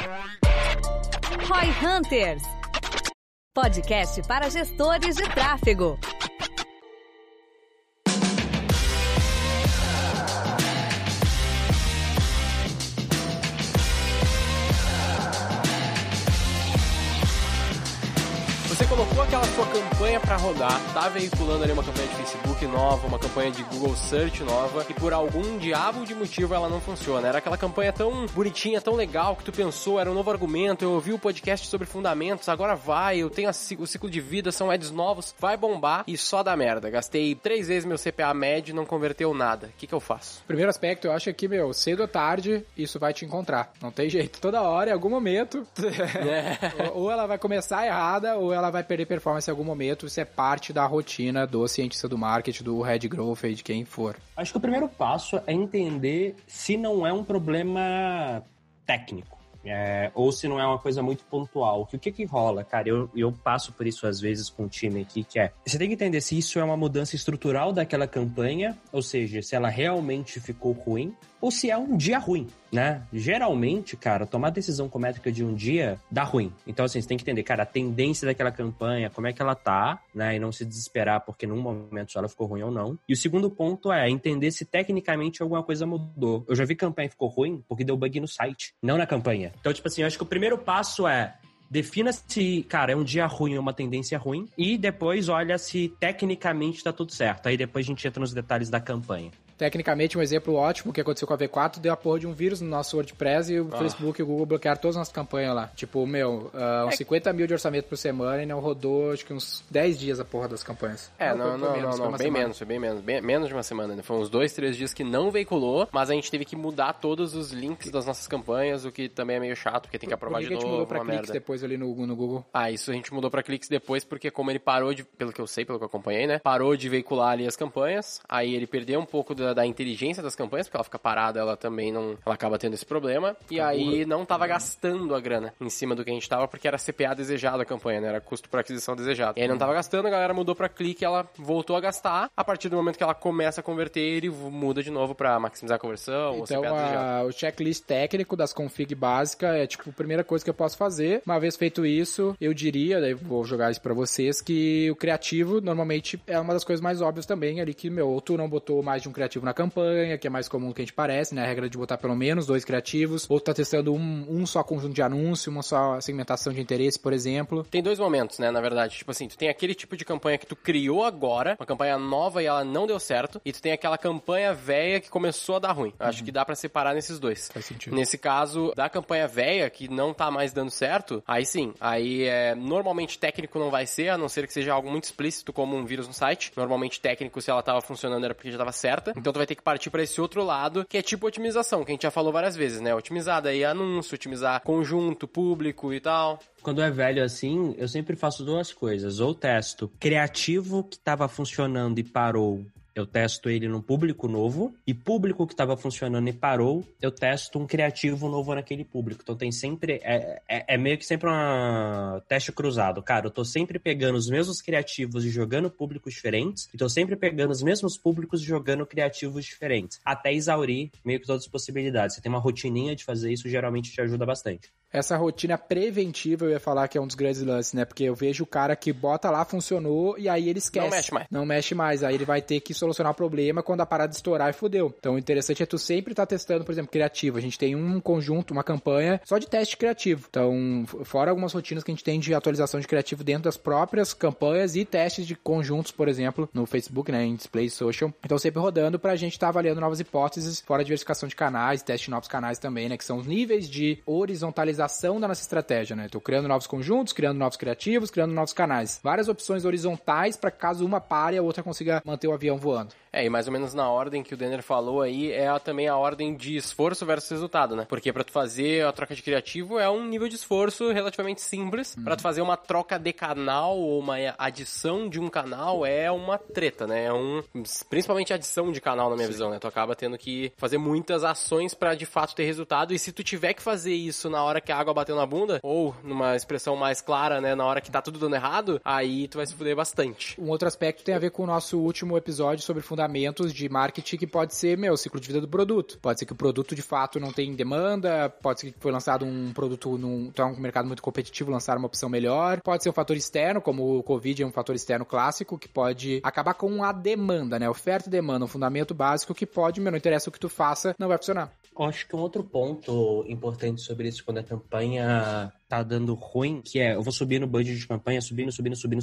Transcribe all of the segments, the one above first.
Roy Hunters, podcast para gestores de tráfego. Você colocou aquela sua campanha para rodar, tá veiculando ali uma campanha de Facebook nova, uma campanha de Google Search nova, e por algum diabo de motivo ela não funciona. Era aquela campanha tão bonitinha, tão legal, que tu pensou, era um novo argumento, eu ouvi o podcast sobre fundamentos, agora vai, eu tenho o ciclo de vida, são ads novos, vai bombar e só dá merda. Gastei 3 vezes meu CPA médio e não converteu nada. O que eu faço? Primeiro aspecto, eu acho que, cedo ou tarde, isso vai te encontrar. Não tem jeito. Toda hora, em algum momento, ou ela vai começar errada, ou ela vai perder performance em algum momento. Isso é parte da rotina do cientista do marketing, do head growth, de quem for. Acho que o primeiro passo é entender se não é um problema técnico. Ou se não é uma coisa muito pontual. O que rola, cara? Eu passo por isso às vezes com o time aqui, que você tem que entender se isso é uma mudança estrutural daquela campanha, ou seja, se ela realmente ficou ruim, ou se é um dia ruim, né? Geralmente, cara, tomar decisão com métrica de um dia dá ruim. Então, assim, você tem que entender, cara, a tendência daquela campanha, como é que ela tá, né? E não se desesperar porque num momento só ela ficou ruim ou não. E o segundo ponto é entender se tecnicamente alguma coisa mudou. Eu já vi campanha que ficou ruim porque deu bug no site, não na campanha. Então, tipo assim, eu acho que o primeiro passo é defina se, cara, é um dia ruim ou uma tendência ruim, e depois olha se tecnicamente tá tudo certo. Aí depois a gente entra nos detalhes da campanha. Tecnicamente, um exemplo ótimo que aconteceu com a V4, deu a porra de um vírus no nosso WordPress e o Facebook e o Google bloquearam todas as nossas campanhas lá. Tipo, uns 50 mil de orçamento por semana e não rodou, acho que uns 10 dias a porra das campanhas. Não, bem menos, menos de uma semana, né? Foi uns 2, 3 dias que não veiculou, mas a gente teve que mudar todos os links das nossas campanhas, o que também é meio chato, porque tem que aprovar de novo. Por que a gente mudou pra cliques depois ali no Google? Isso a gente mudou pra cliques depois, porque como ele parou de, pelo que eu sei, pelo que eu acompanhei, né? Parou de veicular ali as campanhas, aí ele perdeu um pouco da inteligência das campanhas, porque ela fica parada, ela também não... Ela acaba tendo esse problema. E aí não tava gastando a grana em cima do que a gente tava, porque era CPA desejado a campanha, né? Era custo por aquisição desejado. E aí não tava gastando, a galera mudou pra clique, ela voltou a gastar. A partir do momento que ela começa a converter, ele muda de novo pra maximizar a conversão, ou CPA desejado. O checklist técnico das config básicas é, tipo, a primeira coisa que eu posso fazer. Uma vez feito isso, eu diria, daí vou jogar isso pra vocês, que o criativo, normalmente, é uma das coisas mais óbvias também, ali que, ou tu não botou mais de um criativo na campanha, que é mais comum do que a gente parece, né? A regra de botar pelo menos 2 criativos, ou tu tá testando um só conjunto de anúncio, uma só segmentação de interesse, por exemplo. Tem 2 momentos, né? Na verdade, tipo assim, tu tem aquele tipo de campanha que tu criou agora, uma campanha nova e ela não deu certo, e tu tem aquela campanha velha que começou a dar ruim. Acho que dá pra separar nesses dois. Faz sentido. Nesse caso, da campanha velha, que não tá mais dando certo, aí sim, aí normalmente técnico não vai ser, a não ser que seja algo muito explícito, como um vírus no site. Normalmente técnico, se ela tava funcionando, era porque já tava certa. Então tu vai ter que partir pra esse outro lado, que é tipo otimização, que a gente já falou várias vezes, né? Otimizar daí anúncio, otimizar conjunto, público e tal. Quando é velho assim, eu sempre faço 2 coisas. Ou testo criativo que tava funcionando e parou, eu testo ele num público novo, e público que estava funcionando e parou, eu testo um criativo novo naquele público. Então tem sempre, meio que sempre um teste cruzado. Cara, eu tô sempre pegando os mesmos criativos e jogando públicos diferentes, e tô sempre pegando os mesmos públicos e jogando criativos diferentes, até exaurir meio que todas as possibilidades. Você tem uma rotininha de fazer isso, geralmente te ajuda bastante. Essa rotina preventiva, eu ia falar que é um dos grandes lances, né? Porque eu vejo o cara que bota lá, funcionou, e aí ele esquece. Não mexe mais. Aí ele vai ter que solucionar o problema quando a parada estourar e fudeu. Então o interessante é tu sempre estar testando, por exemplo, criativo. A gente tem um conjunto, uma campanha só de teste criativo. Então, fora algumas rotinas que a gente tem de atualização de criativo dentro das próprias campanhas e testes de conjuntos, por exemplo, no Facebook, né? Em display social. Então sempre rodando pra gente estar avaliando novas hipóteses, fora a diversificação de canais, teste de novos canais também, né? Que são os níveis de horizontalização da nossa estratégia, né? Tô criando novos conjuntos, criando novos criativos, criando novos canais. Várias opções horizontais para caso uma pare, a outra consiga manter o avião voando. E mais ou menos na ordem que o Denner falou aí, também a ordem de esforço versus resultado, né? Porque pra tu fazer a troca de criativo é um nível de esforço relativamente simples. Pra tu fazer uma troca de canal ou uma adição de um canal é uma treta, né? Principalmente adição de canal, na minha visão, né? Tu acaba tendo que fazer muitas ações pra de fato ter resultado, e se tu tiver que fazer isso na hora que a água bateu na bunda, ou numa expressão mais clara, né? Na hora que tá tudo dando errado, aí tu vai se fuder bastante. Um outro aspecto tem a ver com o nosso último episódio sobre fundamentos fundamentos de marketing que pode ser, o ciclo de vida do produto. Pode ser que o produto, de fato, não tem demanda, pode ser que foi lançado um produto então é um mercado muito competitivo, lançar uma opção melhor. Pode ser um fator externo, como o Covid é um fator externo clássico, que pode acabar com a demanda, né? Oferta e demanda, um fundamento básico que pode, não interessa o que tu faça, não vai funcionar. Eu acho que um outro ponto importante sobre isso, quando a campanha tá dando ruim, que é, eu vou subir no budget de campanha, subindo,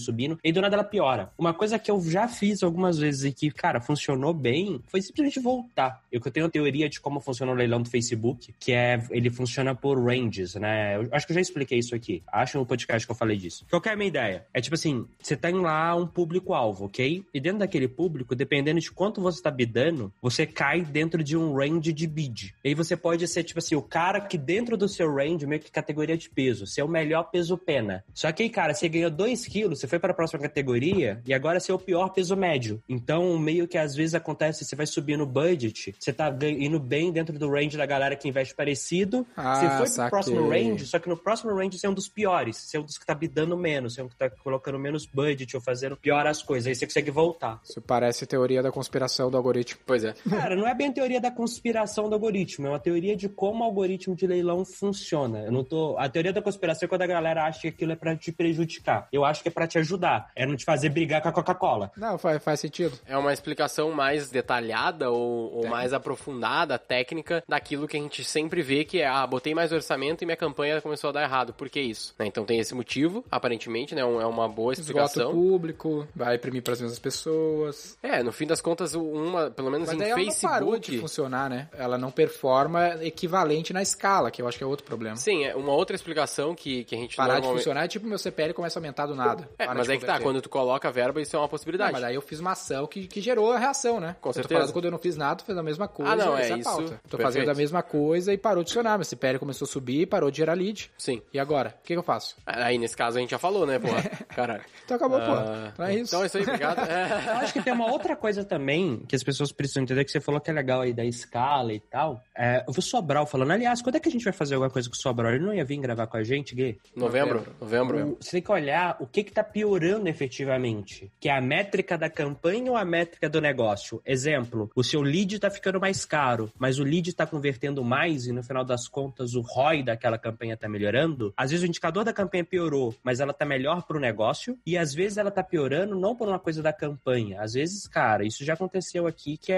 e do nada ela piora. Uma coisa que eu já fiz algumas vezes e que, cara, funcionou bem, foi simplesmente voltar. Eu tenho uma teoria de como funciona o leilão do Facebook, que ele funciona por ranges, né? Eu acho que eu já expliquei isso aqui. Acho no podcast que eu falei disso. Qual que é a minha ideia? É tipo assim, você tem lá um público-alvo, ok? E dentro daquele público, dependendo de quanto você tá bidando, você cai dentro de um range de bid. E aí você pode ser, tipo assim, o cara que dentro do seu range, meio que categoria de peso, ser o melhor peso-pena. Só que aí, cara, você ganhou 2 quilos, você foi para a próxima categoria e agora você é o pior peso médio. Então, meio que às vezes acontece, você vai subir no budget, você tá indo bem dentro do range da galera que investe parecido, você foi pro próximo range, só que no próximo range você é um dos piores, você é um dos que tá bidando menos, você é um que tá colocando menos budget ou fazendo pior as coisas, aí você consegue voltar. Isso parece teoria da conspiração do algoritmo. Pois é. Cara, não é bem teoria da conspiração do algoritmo, é uma teoria de como o algoritmo de leilão funciona. A teoria da conspiração é quando a galera acha que aquilo é pra te prejudicar. Eu acho que é pra te ajudar. É não te fazer brigar com a Coca-Cola. Não, faz sentido. É uma explicação mais detalhada ou mais aprofundada, técnica, daquilo que a gente sempre vê que é, botei mais orçamento e minha campanha começou a dar errado. Por que isso? Né? Então tem esse motivo, aparentemente, né? É uma boa explicação. Esgota o público, vai imprimir pras mesmas pessoas. No fim das contas, pelo menos em Facebook... Mas ela não parou de funcionar, né? Ela não performa equivalente na escala, que eu acho que é outro problema. Sim, uma outra explicação que a gente parar de funcionar é tipo meu CPL começa a aumentar do nada. Mas aí que tá, quando tu coloca a verba, isso é uma possibilidade. Mas aí eu fiz uma ação que gerou a reação, né? Com certeza. Eu tô falando quando eu não fiz nada, tu fez a mesma coisa. Essa é a pauta. Tô fazendo a mesma coisa e parou de funcionar. Meu CPL começou a subir, parou de gerar lead. Sim. E agora? O que eu faço? Aí, nesse caso, a gente já falou, né, pô? Caralho. Então acabou, pô. Então é isso. Então é isso aí, obrigado. Eu acho que tem uma outra coisa também que as pessoas precisam entender, que você falou que é legal aí da escala e tal. Eu vi o Sobral falando, aliás, quando é que a gente vai fazer alguma coisa com o Sobral? Ele não ia vir gravar com a gente, Gui? Novembro. Você tem que olhar o que tá piorando efetivamente. Que é a métrica da campanha ou a métrica do negócio? Exemplo, o seu lead tá ficando mais caro, mas o lead tá convertendo mais e no final das contas o ROI daquela campanha tá melhorando. Às vezes o indicador da campanha piorou, mas ela tá melhor pro negócio. E às vezes ela tá piorando não por uma coisa da campanha. Às vezes, cara, isso já aconteceu aqui, que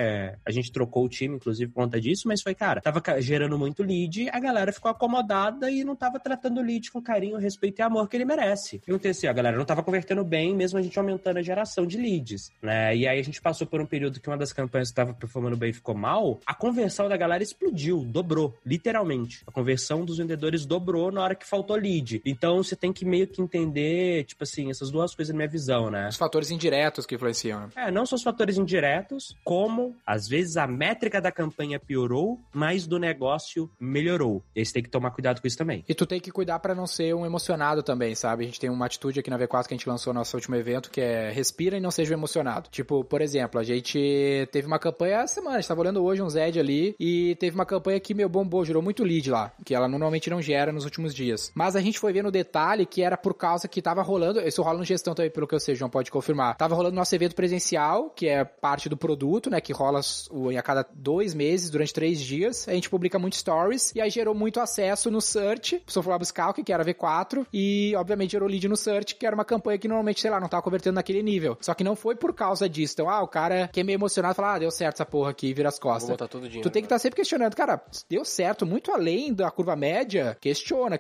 a gente trocou o time, inclusive, por conta disso, mas foi, cara, tava gerando muito lead, a galera ficou acomodada e não tava tratando o lead com carinho, respeito e amor que ele merece. O que aconteceu? A galera não tava convertendo bem, mesmo a gente aumentando a geração de leads, né? E aí a gente passou por um período que uma das campanhas que tava performando bem ficou mal, a conversão da galera explodiu, dobrou, literalmente. A conversão dos vendedores dobrou na hora que faltou lead. Então você tem que meio que entender, tipo assim, essas duas coisas na minha visão, né? Os fatores indiretos que influenciam. Não só os fatores indiretos, como às vezes a métrica da campanha piorou, mas do negócio melhorou. E aí você tem que tomar cuidado com isso também. E tu tem que cuidar pra não ser um emocionado também, sabe? A gente tem uma atitude aqui na V4 que a gente lançou no nosso último evento, que é respira e não seja um emocionado. Tipo, por exemplo, a gente teve uma campanha essa semana, a gente tava olhando hoje um Zed ali, e teve uma campanha que, bombou, gerou muito lead lá, que ela normalmente não gera nos últimos dias. Mas a gente foi ver no detalhe que era por causa que tava rolando, isso rola no gestão também, pelo que eu sei, João pode confirmar. Tava rolando nosso evento presencial, que é parte do produto, né, que rola a cada 2 meses, durante 3 dias. A gente publica muito stories, e aí gerou muito acesso no search, a pessoa foi lá buscar o que era V4, e obviamente gerou lead no search, que era uma campanha que normalmente, sei lá, não tava convertendo naquele nível. Só que não foi por causa disso. Então, o cara que é meio emocionado fala, deu certo essa porra aqui, vira as costas. Vou botar todo o dinheiro, tu tem que estar sempre questionando, cara, deu certo, muito além da curva média, questiona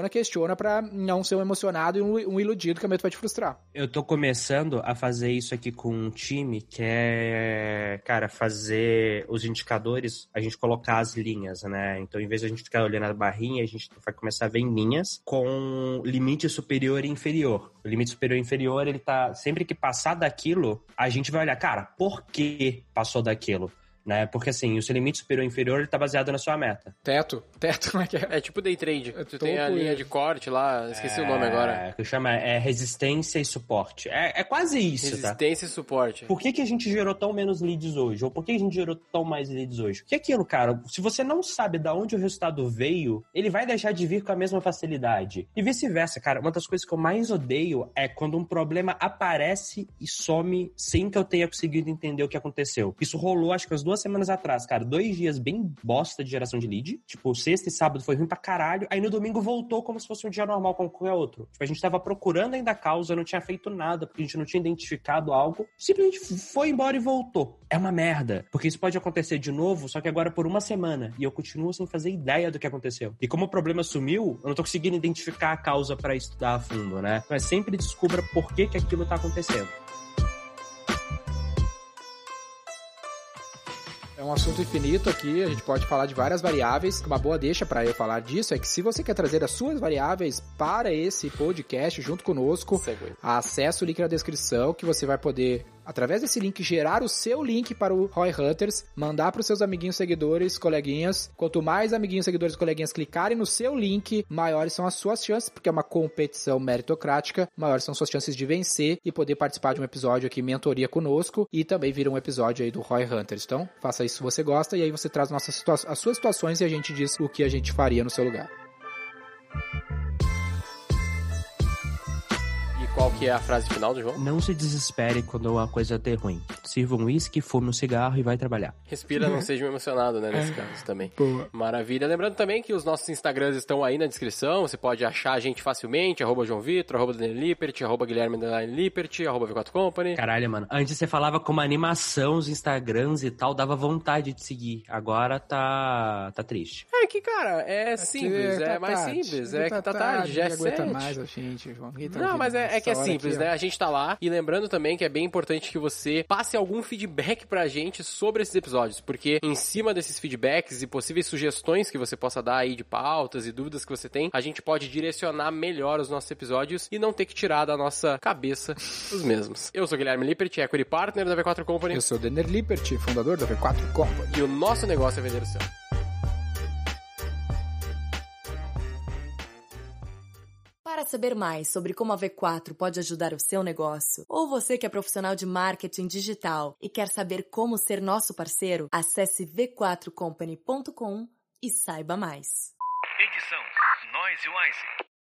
pra não ser um emocionado e um iludido que a medo vai te frustrar. Eu tô começando a fazer isso aqui com um time que é, cara, fazer os indicadores, a gente colocar as linhas, né? Então, em vez de a gente ficar olhando a barrinha, a gente vai começar a ver em linhas com limite superior e inferior. O limite superior e inferior, ele tá, sempre que passar daquilo, a gente vai olhar, cara, por que passou daquilo? né? Porque assim, o seu limite superior e inferior ele tá baseado na sua meta. Teto, como é que é? É tipo day trade. Tu tem a linha de corte lá, esqueci o nome agora. Que chama resistência e suporte. É quase isso, resistência e suporte. Por que a gente gerou tão menos leads hoje? Ou por que a gente gerou tão mais leads hoje? Porque aquilo, cara, se você não sabe de onde o resultado veio, ele vai deixar de vir com a mesma facilidade. E vice-versa, cara. Uma das coisas que eu mais odeio é quando um problema aparece e some sem que eu tenha conseguido entender o que aconteceu. Isso rolou, acho que umas 2 semanas atrás, cara. 2 dias bem bosta de geração de lead. Tipo, sexta e sábado foi ruim pra caralho. Aí no domingo voltou como se fosse um dia normal, como qualquer outro. Tipo, a gente tava procurando ainda a causa, não tinha feito nada, porque a gente não tinha identificado algo. Simplesmente foi embora e voltou. É uma merda. Porque isso pode acontecer de novo, só que agora por 1 semana. E eu continuo sem fazer ideia do que aconteceu. E como o problema sumiu, eu não tô conseguindo identificar a causa pra estudar a fundo, né? Mas sempre descubra por que aquilo tá acontecendo. É um assunto infinito aqui, a gente pode falar de várias variáveis. Uma boa deixa para eu falar disso é que se você quer trazer as suas variáveis para esse podcast junto conosco, acesse o link na descrição que você vai poder, através desse link, gerar o seu link para o Roy Hunters, mandar para os seus amiguinhos, seguidores, coleguinhas. Quanto mais amiguinhos, seguidores e coleguinhas clicarem no seu link, maiores são as suas chances, porque é uma competição meritocrática, maiores são suas chances de vencer e poder participar de um episódio aqui, mentoria conosco, e também vir um episódio aí do Roy Hunters. Então, faça isso se você gosta, e aí você traz as suas situações e a gente diz o que a gente faria no seu lugar. Qual que é a frase final do João? Não se desespere quando a coisa der ruim. Sirva um uísque, fume um cigarro e vai trabalhar. Respira, não seja emocionado, né, nesse caso também. Boa. Maravilha. Lembrando também que os nossos Instagrams estão aí na descrição. Você pode achar a gente facilmente, @JoãoVitor, @DanielLippert, @Guilherme_Lippert, @V4Company. Caralho, mano. Antes você falava como animação os Instagrams e tal, dava vontade de seguir. Agora tá triste. É que, cara, é simples, tá mais tarde. simples. É que tá tarde, já é 7. Mais a gente, João. Não, mas é que é simples, aqui, né? A gente tá lá. E lembrando também que é bem importante que você passe algum feedback pra gente sobre esses episódios, porque em cima desses feedbacks e possíveis sugestões que você possa dar aí de pautas e dúvidas que você tem, a gente pode direcionar melhor os nossos episódios e não ter que tirar da nossa cabeça os mesmos. Eu sou o Guilherme Lippert, Equity Partner da V4 Company. Eu sou o Denner Lippert, fundador da V4 Company. E o nosso negócio é vender o seu. Para saber mais sobre como a V4 pode ajudar o seu negócio, ou você que é profissional de marketing digital e quer saber como ser nosso parceiro, acesse v4company.com e saiba mais. Edição Noise Wise.